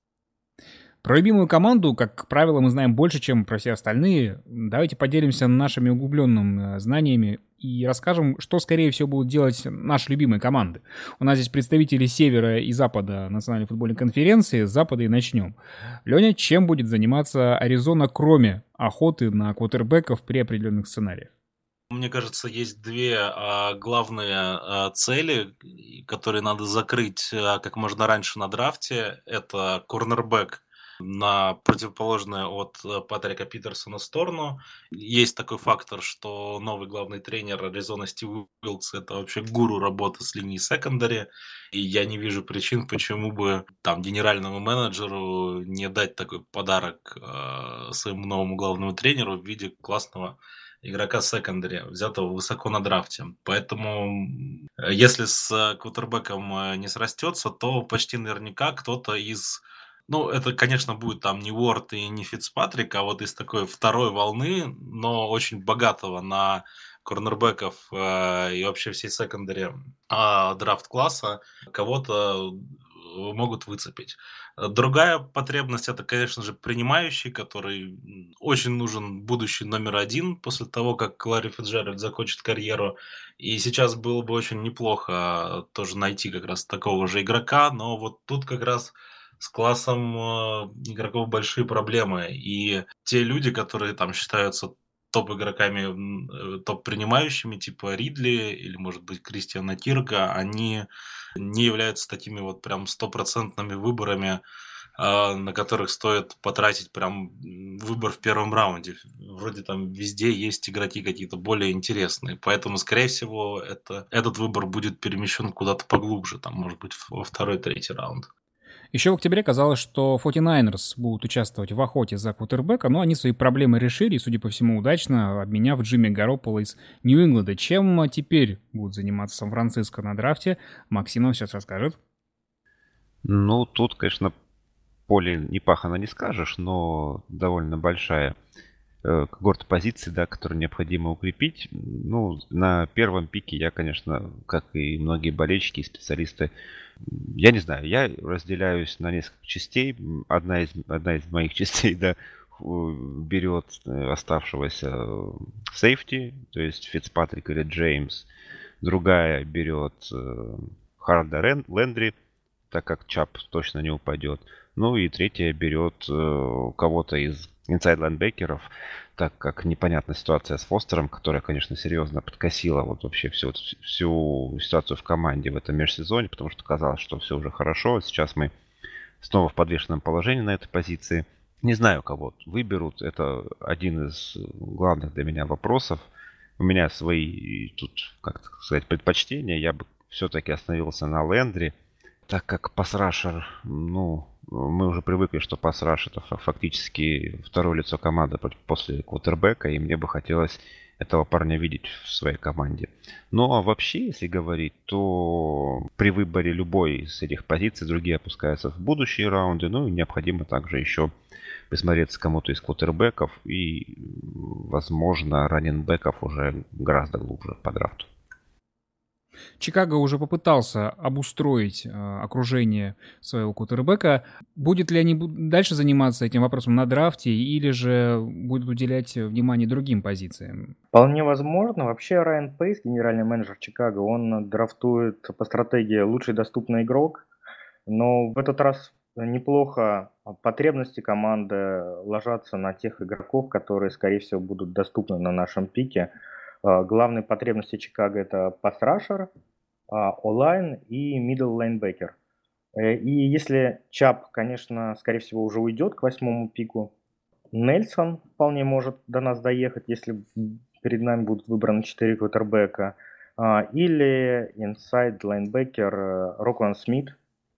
Про любимую команду, как правило, мы знаем больше, чем про все остальные. Давайте поделимся нашими углубленными знаниями и расскажем, что, скорее всего, будут делать наши любимые команды. У нас здесь представители севера и запада Национальной футбольной конференции. С запада и начнем. Леня, чем будет заниматься Аризона, кроме охоты на квотербеков при определенных сценариях? Мне кажется, есть две а, главные а, цели, которые надо закрыть а, как можно раньше на драфте. Это корнербэк на противоположную от Патрика Питерсона сторону. Есть такой фактор, что новый главный тренер Аризоны Стив Уилкс — это вообще гуру работы с линией секондари, и я не вижу причин, почему бы там генеральному менеджеру не дать такой подарок э, своему новому главному тренеру в виде классного игрока секондари, взятого высоко на драфте. Поэтому, если с квотербеком не срастется, то почти наверняка кто-то из... Ну, это, конечно, будет там не Уорд и не Фицпатрик, а вот из такой второй волны, но очень богатого на корнербеков э, и вообще всей секондари э, драфт-класса кого-то могут выцепить. Другая потребность — это, конечно же, принимающий, который очень нужен будущий номер один после того, как Ларри Фицджеральд закончит карьеру. И сейчас было бы очень неплохо тоже найти как раз такого же игрока, но вот тут как раз с классом э, игроков большие проблемы. И те люди, которые там считаются топ-игроками, э, топ-принимающими, типа Ридли или, может быть, Кристиана Кирка, они не являются такими вот прям стопроцентными выборами, э, на которых стоит потратить прям выбор в первом раунде. Вроде там везде есть игроки какие-то более интересные. Поэтому, скорее всего, это, этот выбор будет перемещен куда-то поглубже, там, может быть, во второй-третий раунд. Еще в октябре казалось, что форти найнерс будут участвовать в охоте за квотербека, но они свои проблемы решили, судя по всему, удачно, обменяв Джимми Гаропполо из Нью-Ингланда. Чем теперь будут заниматься Сан-Франциско на драфте? Максим нам сейчас расскажет. Ну, тут, конечно, поле не пахано не скажешь, но довольно большая э, когорта позиций, да, которые необходимо укрепить. Ну, на первом пике я, конечно, как и многие болельщики и специалисты, я не знаю, я разделяюсь на несколько частей. Одна из, одна из моих частей, да, берет оставшегося сейфти, то есть Фицпатрик или Джеймс. Другая берет Харда Лендри, так как Чап точно не упадет. Ну и третья берет кого-то из инсайд-лайнбекеров, так как непонятна ситуация с Фостером, которая, конечно, серьезно подкосила вот вообще всю, всю ситуацию в команде в этом межсезоне, потому что казалось, что все уже хорошо. Сейчас мы снова в подвешенном положении на этой позиции. Не знаю, кого выберут. Это один из главных для меня вопросов. У меня свои тут, как сказать, предпочтения. Я бы все-таки остановился на Лендри, так как пасрашер, ну, мы уже привыкли, что пасраш — это фактически второе лицо команды после квотербека, и мне бы хотелось этого парня видеть в своей команде. Ну а вообще, если говорить, то при выборе любой из этих позиций другие опускаются в будущие раунды. Ну и необходимо также еще присмотреться кому-то из квотербеков и, возможно, раннинбеков уже гораздо глубже по драфту. Чикаго уже попытался обустроить э, окружение своего квотербека. Будет ли они дальше заниматься этим вопросом на драфте или же будут уделять внимание другим позициям? Вполне возможно. Вообще Райан Пейс, генеральный менеджер Чикаго, он драфтует по стратегии лучший доступный игрок. Но в этот раз неплохо потребности команды ложатся на тех игроков, которые, скорее всего, будут доступны на нашем пике. Главные потребности Чикаго — это пас-рашер, о-лайн и middle linebacker. И если Чап, конечно, скорее всего, уже уйдет к восьмому пику, Нельсон вполне может до нас доехать, если перед нами будут выбраны четыре квотербека. Или inside linebacker Рокван Смит,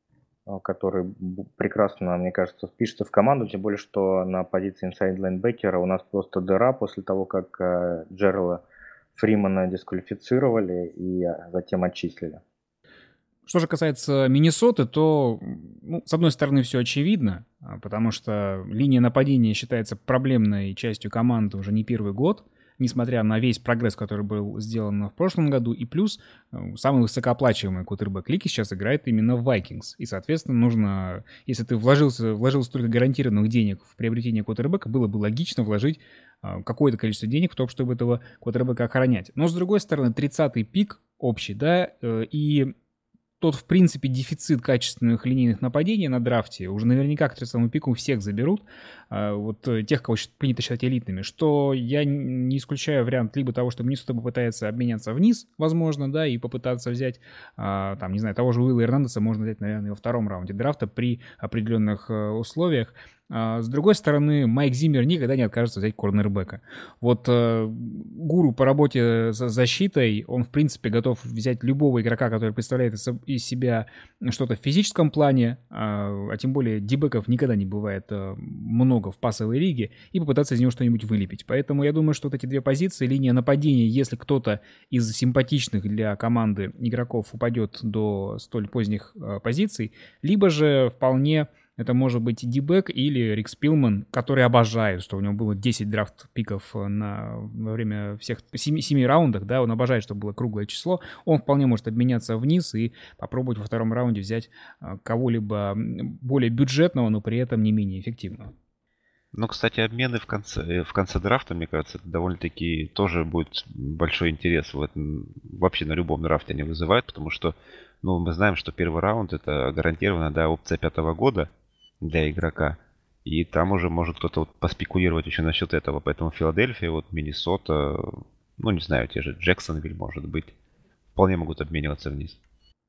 который прекрасно, мне кажется, впишется в команду, тем более, что на позиции inside linebacker у нас просто дыра после того, как Джерела Фримана дисквалифицировали и затем отчислили. Что же касается Миннесоты, то, ну, с одной стороны, все очевидно, потому что линия нападения считается проблемной частью команды уже не первый год, несмотря на весь прогресс, который был сделан в прошлом году, и плюс самый высокооплачиваемый квотербек лиги сейчас играет именно в Vikings. И, соответственно, нужно, если ты вложился, вложил столько гарантированных денег в приобретение квотербека, было бы логично вложить какое-то количество денег в то, чтобы этого квотербека охранять. Но, с другой стороны, тридцатый пик общий, да, и тот, в принципе, дефицит качественных линейных нападений на драфте уже наверняка к тридцатому пику всех заберут, вот тех, кого принято считать элитными, что я не исключаю вариант либо того, что Миннесота попытается обменяться вниз, возможно, да, и попытаться взять, там, не знаю, того же Уилла Эрнандеса можно взять, наверное, во втором раунде драфта при определенных условиях. С другой стороны, Майк Зиммер никогда не откажется взять корнербека. Вот э, гуру по работе с защитой, он, в принципе, готов взять любого игрока, который представляет из себя что-то в физическом плане, а, а тем более дибеков никогда не бывает э, много в пасовой лиге, и попытаться из него что-нибудь вылепить. Поэтому я думаю, что вот эти две позиции, линия нападения, если кто-то из симпатичных для команды игроков упадет до столь поздних э, позиций, либо же вполне... Это может быть Ди-бэк или Рик Спилман, который обожает, что у него было десять драфт-пиков на, во время всех семи, семи раундах, да, он обожает, чтобы было круглое число. Он вполне может обменяться вниз и попробовать во втором раунде взять кого-либо более бюджетного, но при этом не менее эффективного. Ну, кстати, обмены в конце, в конце драфта, мне кажется, это довольно-таки тоже будет большой интерес. В этом, вообще на любом драфте они вызывают, потому что, ну, мы знаем, что первый раунд — это гарантированно, да, опция пятого года для игрока. И там уже может кто-то вот поспекулировать еще насчет этого. Поэтому Филадельфия, вот Миннесота, ну не знаю, те же Джексонвиль, может быть, вполне могут обмениваться вниз.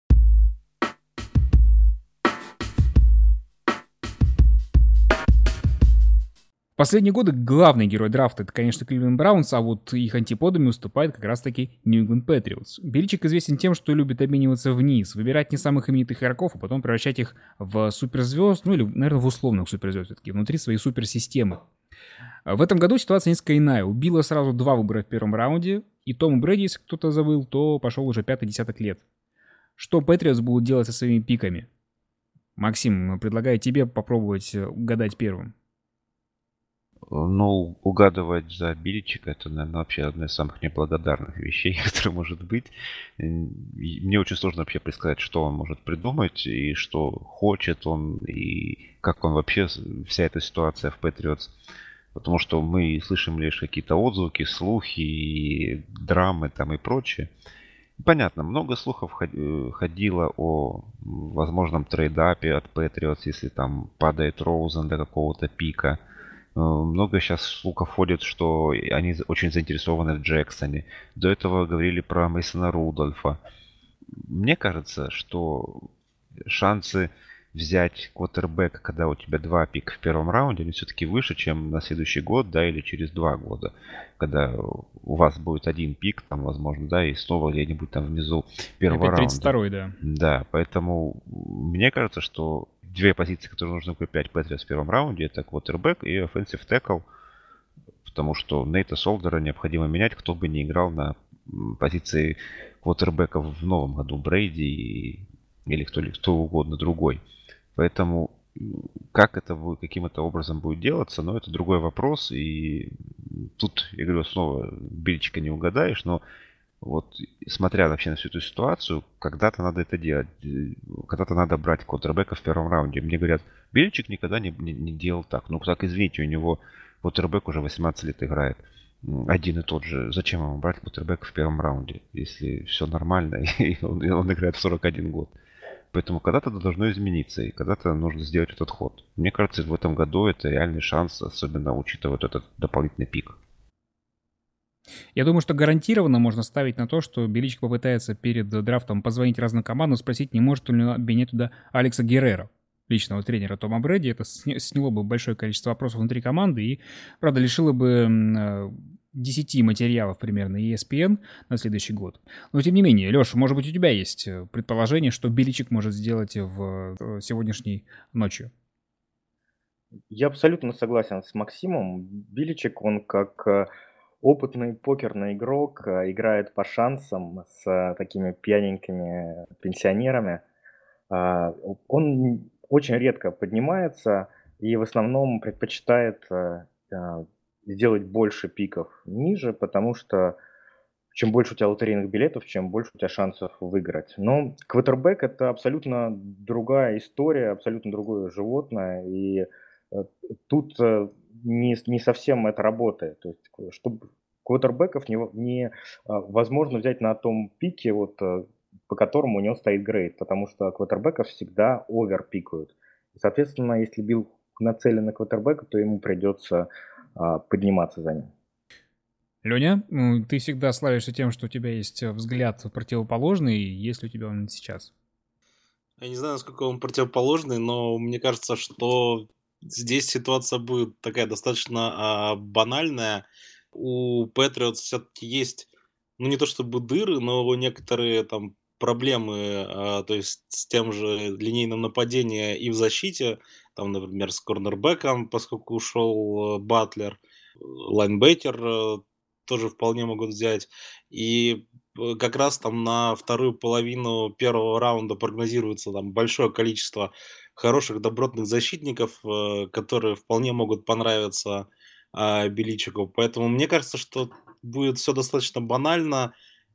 Последние годы главный герой драфта — это, конечно, Кливленд Браунс, а вот их антиподами выступает как раз-таки New England Patriots. Беличик известен тем, что любит обмениваться вниз, выбирать не самых именитых игроков, а потом превращать их в суперзвезд, ну или, наверное, в условных суперзвезд все-таки, внутри своей суперсистемы. В этом году ситуация несколько иная. У Билла сразу два выбора в первом раунде, и Тому Брэди, если кто-то забыл, то пошел уже пятый десяток лет. Что Patriots будут делать со своими пиками? Максим, предлагаю тебе попробовать угадать первым. Ну, угадывать за Биличика — это, наверное, вообще одна из самых неблагодарных вещей, которые может быть. Мне очень сложно вообще предсказать, что он может придумать, и что хочет он, и как он вообще, вся эта ситуация в Patriots. Потому что мы слышим лишь какие-то отзвуки, слухи, и драмы там и прочее. Понятно, много слухов ходило о возможном трейдапе от Patriots, если там падает Роузен до какого-то пика. Много сейчас слухов ходит, что они очень заинтересованы в Джексоне. До этого говорили про Мейсона Рудольфа. Мне кажется, что шансы взять квотербэка, когда у тебя два пика в первом раунде, они все-таки выше, чем на следующий год, да, или через два года, когда у вас будет один пик, там, возможно, да, и снова где-нибудь там внизу первого раунда. тридцать второй, да. Да, поэтому мне кажется, что две позиции, которые нужно укреплять Patriots в первом раунде, это квотербэк и offensive tackle. потому что Нейта Солдера необходимо менять, кто бы не играл на позиции квотербека в новом году, Брейди или кто, кто угодно другой. Поэтому как это будет, каким это образом будет делаться, но это другой вопрос. И тут, я говорю, снова Бельчика не угадаешь, но вот смотря вообще на всю эту ситуацию, когда-то надо это делать. Когда-то надо брать квотербека в первом раунде. Мне говорят, Бельчик никогда не, не, не делал так. Ну, так, извините, у него квотербек уже восемнадцать лет играет. Один и тот же. Зачем ему брать квотербека в первом раунде, если все нормально, и он, и он играет в сорок один год. Поэтому когда-то это должно измениться, и когда-то нужно сделать этот ход. Мне кажется, в этом году это реальный шанс, особенно учитывая вот этот дополнительный пик. Я думаю, что гарантированно можно ставить на то, что Беличик попытается перед драфтом позвонить разным командам, спросить, не может ли он обменять туда Алекса Геррера, личного тренера Тома Брэди. Это сняло бы большое количество вопросов внутри команды и, правда, лишило бы десять материалов примерно и эс пи эн на следующий год. Но, тем не менее, Леша, может быть, у тебя есть предположение, что Беличик может сделать в сегодняшней ночью? Я абсолютно согласен с Максимом. Беличик, он как опытный покерный игрок, играет по шансам с такими пьяненькими пенсионерами. Он очень редко поднимается и в основном предпочитает сделать больше пиков ниже, потому что чем больше у тебя лотерейных билетов, чем больше у тебя шансов выиграть. Но квотербек — это абсолютно другая история, абсолютно другое животное, и тут не, не совсем это работает. То есть, чтобы квотербеков не, не возможно взять на том пике, вот, по которому у него стоит грейд, потому что квотербеков всегда оверпикают. И, соответственно, если Билл нацелен на квотербека, то ему придется а, подниматься за ним. Леня, ты всегда славишься тем, что у тебя есть взгляд противоположный. Есть ли у тебя он сейчас? Я не знаю, насколько он противоположный, но мне кажется, что здесь ситуация будет такая достаточно а, банальная. У Patriots все-таки есть, ну не то чтобы дыры, но некоторые там проблемы, а, то есть с тем же линейным нападением и в защите, там, например, с корнербэком, поскольку ушел Батлер, лайнбекер тоже вполне могут взять. И как раз там на вторую половину первого раунда прогнозируется там большое количество хороших добротных защитников, которые вполне могут понравиться Беличику. Поэтому мне кажется, что будет все достаточно банально,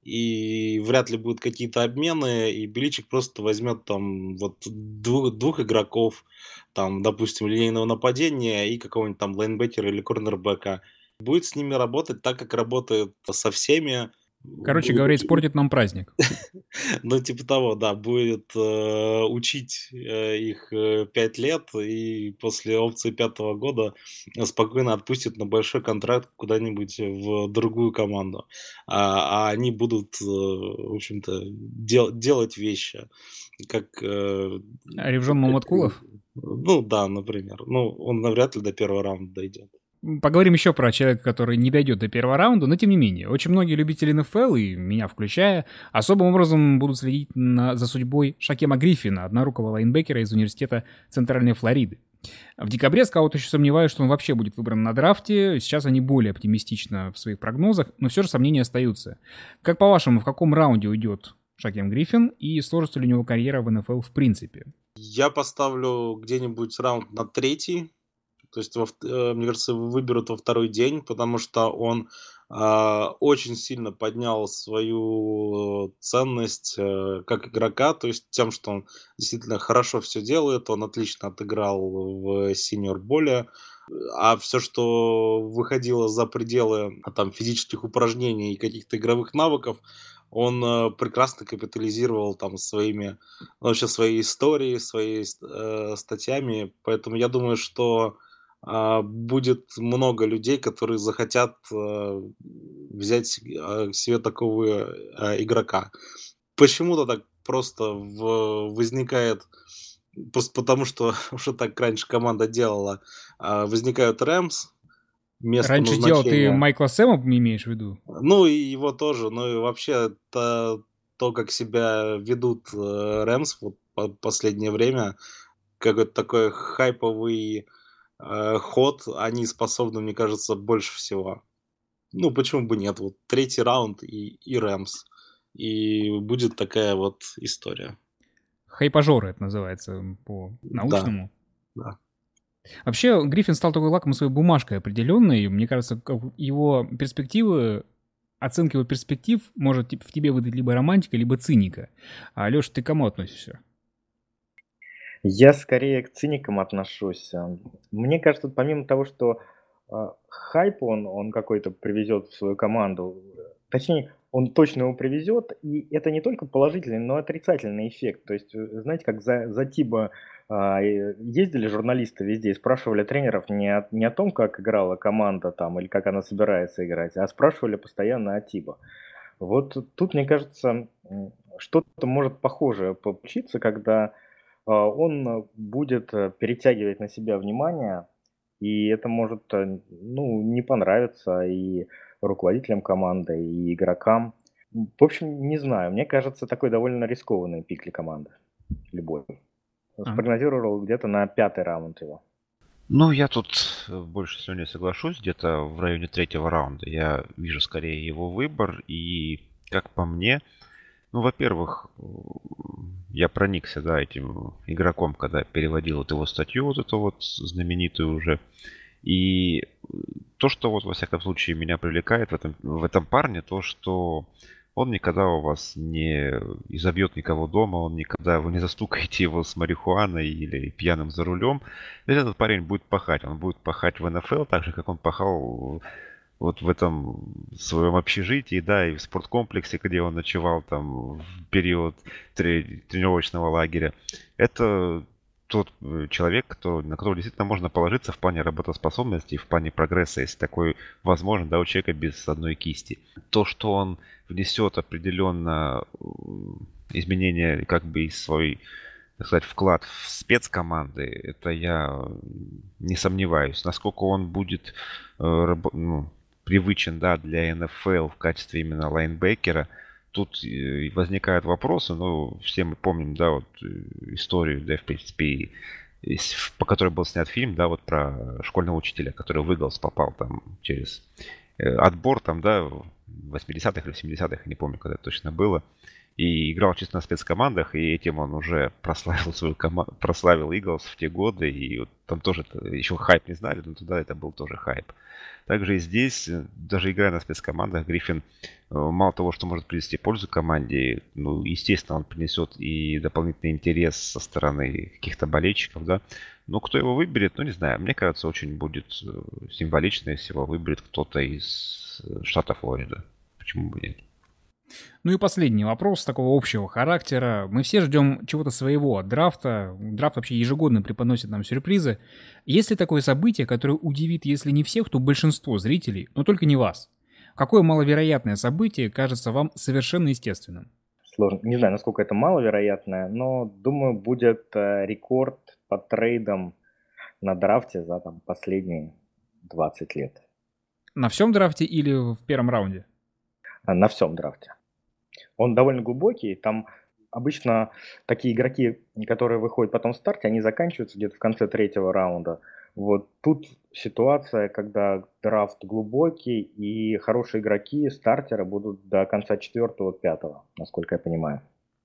и вряд ли будут какие-то обмены, и Беличик просто возьмет там вот двух, двух игроков, там, допустим, линейного нападения и какого-нибудь там лайнбекера или корнербека. Будет с ними работать так, как работает со всеми. Короче говоря, испортит нам праздник. Ну, типа того, да, будет э, учить э, их э, пять лет, и после опции пятого года спокойно отпустит на большой контракт куда-нибудь в другую команду. А, а они будут, э, в общем-то, дел, делать вещи. Как... Э, Ревжон Маматкулов? Ну, да, например. Ну, он навряд ли до первого раунда дойдет. Поговорим еще про человека, который не дойдет до первого раунда, но тем не менее. Очень многие любители эн эф эл, и меня включая, особым образом будут следить на, за судьбой Шакема Гриффина, однорукого лайнбекера из университета Центральной Флориды. В декабре скауты еще сомневаются, что он вообще будет выбран на драфте. Сейчас они более оптимистичны в своих прогнозах, но все же сомнения остаются. Как по-вашему, в каком раунде уйдет Шакем Гриффин и сложится ли у него карьера в эн эф эл в принципе? Я поставлю где-нибудь раунд на третий. То есть, во, мне кажется, выберут во второй день, потому что он э, очень сильно поднял свою ценность э, как игрока, то есть тем, что он действительно хорошо все делает, он отлично отыграл в синьор-боле, а все, что выходило за пределы а, там, физических упражнений и каких-то игровых навыков, он э, прекрасно капитализировал там своими, вообще своей историей, своими э, статьями, поэтому я думаю, что будет много людей, которые захотят э, взять себе такого э, игрока. Почему-то так просто в, возникает, просто потому что уже так раньше команда делала, э, возникают Рэмс. Раньше делал, ты Майкла Сэма имеешь в виду? Ну, и его тоже, ну и вообще это, то, как себя ведут э, Рэмс вот, в последнее время, какой-то такой хайповый э, ход они способны, мне кажется, больше всего. Ну, почему бы нет? Вот третий раунд и, и Рэмс. И будет такая вот история. Хайпажоры это называется Да, по-научному. да. Вообще, Гриффин стал такой лакмусовой бумажкой определенной. Мне кажется, как его перспективы, оценка его перспектив может тип- в тебе выдать либо романтика, либо циника. А, Леш, ты к кому относишься? Я скорее к циникам отношусь. А, Мне кажется, помимо того, что а, хайп он, он какой-то привезет в свою команду, точнее, он точно его привезет, и это не только положительный, но и отрицательный эффект. То есть, э, знаете, как за, за Тиба а, э, ездили журналисты везде и спрашивали тренеров не о, не о том, как играла команда там или как она собирается играть, а спрашивали постоянно о Тиба. Вот тут, мне кажется, м, что-то может похожее получиться, когда а, он э, будет э, перетягивать на себя внимание, и это может э, ну, не понравиться и руководителям команды, и игрокам. М, В общем, не знаю, мне кажется, такой довольно рискованный пик для команды. Любой. А. Спрогнозировал где-то на пятый раунд его. Ну, я тут э, больше с вами соглашусь, где-то в районе третьего раунда. Я вижу скорее его выбор, и, как по мне, ну, во-первых, э, я проникся, да, этим игроком, когда переводил вот его статью, вот эту вот знаменитую уже. И э, то, что вот, во всяком случае, меня привлекает в этом, в этом парне, то, что он никогда у вас не изобьет никого дома, он никогда, вы не застукаете его с марихуаной или пьяным за рулем. Этот парень будет пахать, он будет пахать в эн эф эл, так же, как он пахал вот в этом своем общежитии, да, и в спорткомплексе, где он ночевал там в период трени- тренировочного лагеря. Это тот э, человек, кто, на которого действительно можно положиться в плане работоспособности, в плане прогресса, если такой возможен, да, у человека без одной кисти. То, что он внесет определенно э, изменения как бы и свой, так сказать, вклад в спецкоманды, это я не сомневаюсь. Насколько он будет э, рабо- ну, привычен, да, для эн эф эл в качестве именно лайнбекера, тут э, возникают вопросы, но все мы помним, да, вот э, историю, да, в принципе, и- и с- по которой был снят фильм, да, вот про школьного учителя, который в Иглс попал там через э, отбор там, да, в восьмидесятых или в семидесятых, я не помню, когда это точно было. И играл чисто на спецкомандах, и этим он уже прославил свою команду, прославил Иглс в те годы, и вот там тоже это- еще хайп не знали, но туда это был тоже хайп. Также и здесь, э, даже играя на спецкомандах, Гриффин э, мало того, что может принести пользу команде, ну, естественно, он принесет и дополнительный интерес со стороны каких-то болельщиков, да. Но кто его выберет, ну, не знаю, мне кажется, очень будет э, символично, если его выберет кто-то из э, штата Флорида. Почему бы нет? Ну и последний вопрос такого общего характера. Мы все ждем чего-то своего от драфта. Драфт вообще ежегодно преподносит нам сюрпризы. Есть ли такое событие, которое удивит, если не всех, то большинство зрителей, но только не вас? Какое маловероятное событие кажется вам совершенно естественным? Сложно. Не знаю, насколько это маловероятное, но думаю, будет э, рекорд по трейдам на драфте за там, последние двадцать лет. На всем драфте или в первом раунде? А, На всем драфте. Он довольно глубокий, там обычно такие игроки, которые выходят потом в старте, они заканчиваются где-то в конце третьего раунда. Вот тут ситуация, когда драфт глубокий, и хорошие игроки, стартеры будут до конца четвертого, пятого, насколько я понимаю.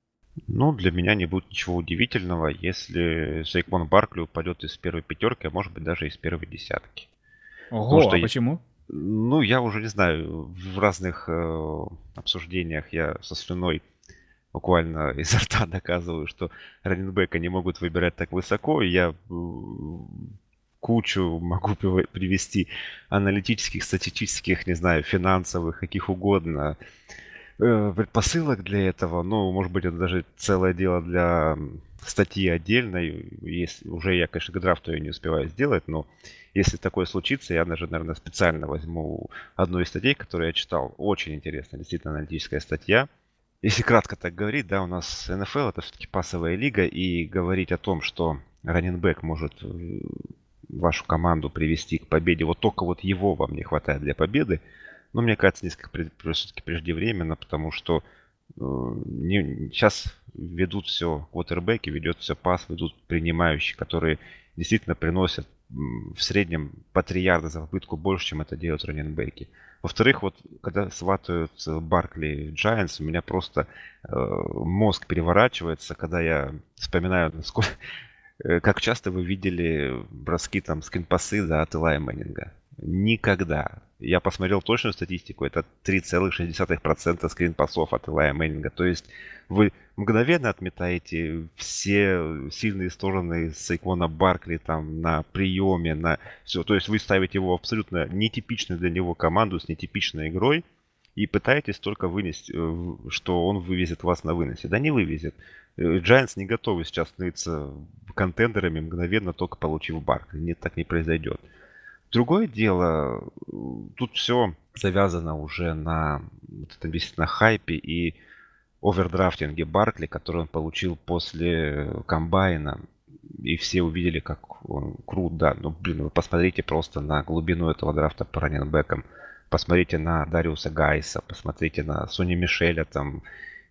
Ну, для меня не будет ничего удивительного, если Сейквон Баркли упадет из первой пятерки, а может быть даже из первой десятки. Ого, что а я- почему? Ну, я уже не знаю, в разных э, обсуждениях я со слюной буквально изо рта доказываю, что раннинбека не могут выбирать так высоко, и я э, кучу могу пив- привести аналитических, статистических, не знаю, финансовых, каких угодно э, предпосылок для этого. Ну, может быть, это даже целое дело для м, статьи отдельной. Если, уже я, конечно, к драфту ее не успеваю сделать, но если такое случится, я даже, наверное, специально возьму одну из статей, которую я читал. Очень интересная, действительно, аналитическая статья. Если кратко так говорить, да, у нас эн эф эл это все-таки пассовая лига, и говорить о том, что раннинбэк может э, вашу команду привести к победе, вот только вот его вам не хватает для победы, ну, мне кажется, несколько пред- все-таки преждевременно, потому что э, не- сейчас ведут все квотербеки, ведет все пас, ведут принимающие, которые действительно приносят в среднем по три ярда за попытку больше, чем это делают раннинбеки. Во-вторых, вот когда сватают Баркли Giants, у меня просто э, мозг переворачивается, когда я вспоминаю, насколько, э, как часто вы видели броски там скринпасы, да, от Илая Мэннинга. Никогда. Я посмотрел точную статистику, это три целых шесть десятых процента скринпасов от Илая Мэннинга. То есть вы мгновенно отметаете все сильные стороны Сайквона Баркли там на приеме, на все. То есть вы ставите его в абсолютно нетипичную для него команду с нетипичной игрой и пытаетесь только вынести, что он вывезет вас на выносе. Да не вывезет. Giants не готовы сейчас становиться контендерами мгновенно, только получив Баркли. Нет, так не произойдет. Другое дело, тут все завязано уже на вот этом действительно хайпе и овердрафтинге Баркли, который он получил после комбайна. И все увидели, как он крут, да. Ну, блин, вы посмотрите просто на глубину этого драфта по раннинбекам. Посмотрите на Дариуса Гайса, посмотрите на Сони Мишеля, там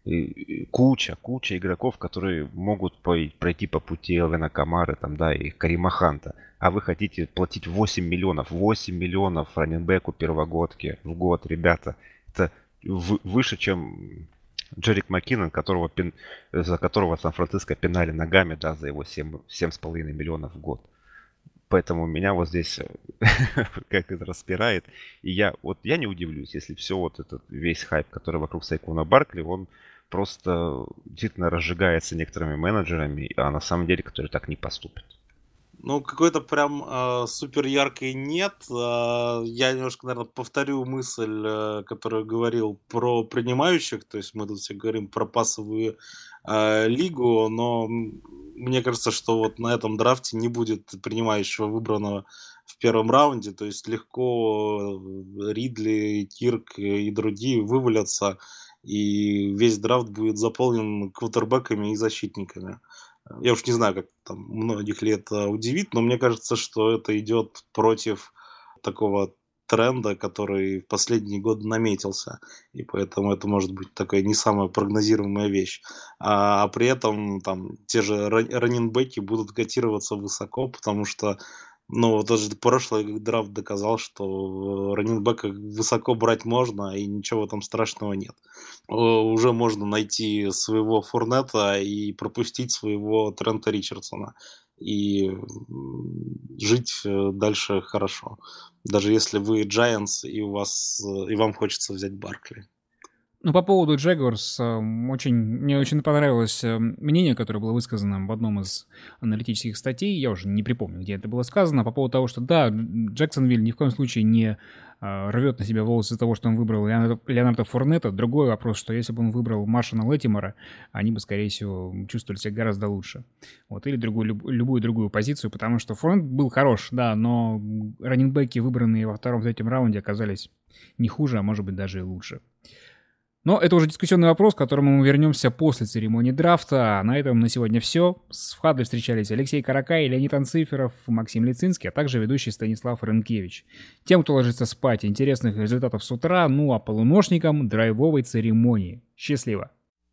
и куча, куча игроков, которые могут пройти по пути Элвина Камары, там, да, и Карима Ханта. А вы хотите платить восемь миллионов, восемь миллионов раннинбеку первогодке в год, ребята. Это выше, чем Джерик Маккинон, которого, за которого Сан-Франциско пинали ногами, да, за его семь с половиной миллионов в год. Поэтому меня вот здесь как это распирает. И я вот я не удивлюсь, если все вот этот весь хайп, который вокруг Сайквона Баркли, он просто действительно разжигается некоторыми менеджерами, а на самом деле, которые так не поступят. Ну, какой-то прям э, супер яркой нет. Э, я немножко, наверное, повторю мысль, э, которую говорил про принимающих. То есть мы тут все говорим про пассовую э, лигу, но мне кажется, что вот на этом драфте не будет принимающего выбранного в первом раунде. То есть легко Ридли, Кирк и другие вывалятся, и весь драфт будет заполнен квотербеками и защитниками. Я уж не знаю, как там многих ли это удивит, но мне кажется, что это идет против такого тренда, который в последние годы наметился. И поэтому это может быть такая не самая прогнозируемая вещь. А, а при этом там те же раннинбеки будут котироваться высоко, потому что ну, вот даже прошлый драфт доказал, что раннинбека высоко брать можно, и ничего в этом страшного нет. Уже можно найти своего Форнета и пропустить своего Трента Ричардсона. И жить дальше хорошо. Даже если вы Giants, и, у вас, и вам хочется взять Баркли. Ну, по поводу Jaguars, очень, мне очень понравилось мнение, которое было высказано в одном из аналитических статей. Я уже не припомню, где это было сказано. По поводу того, что да, Джексонвилл ни в коем случае не а, рвет на себя волосы из-за того, что он выбрал Леонарда, Леонарда Форнета. Другой вопрос, что если бы он выбрал Маршана Леттимора, они бы, скорее всего, чувствовали себя гораздо лучше. Вот, или другую, люб, любую другую позицию, потому что Форнет был хорош, да, но раннинбеки, выбранные во втором-третьем раунде, оказались не хуже, а может быть даже и лучше. Но это уже дискуссионный вопрос, к которому мы вернемся после церемонии драфта. А на этом на сегодня все. С входой встречались Алексей Каракай, Леонид Анциферов, Максим Лицинский, а также ведущий Станислав Рынкевич. Тем, кто ложится спать, интересных результатов с утра, ну а полуношникам драйвовой церемонии. Счастливо!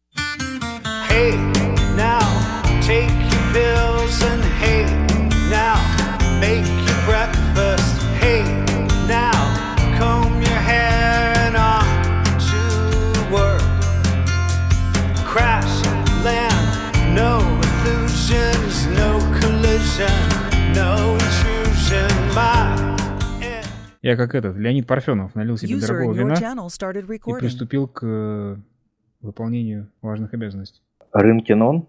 Hey, now, take your pills and hey, now, make your breakfast. Hey, now, comb your hair and on. Crash, land, no illusions, no collision, no intrusion, my... Я как этот, Леонид Парфенов, налил себе дорогого вина и приступил к выполнению важных обязанностей. Рынкинон?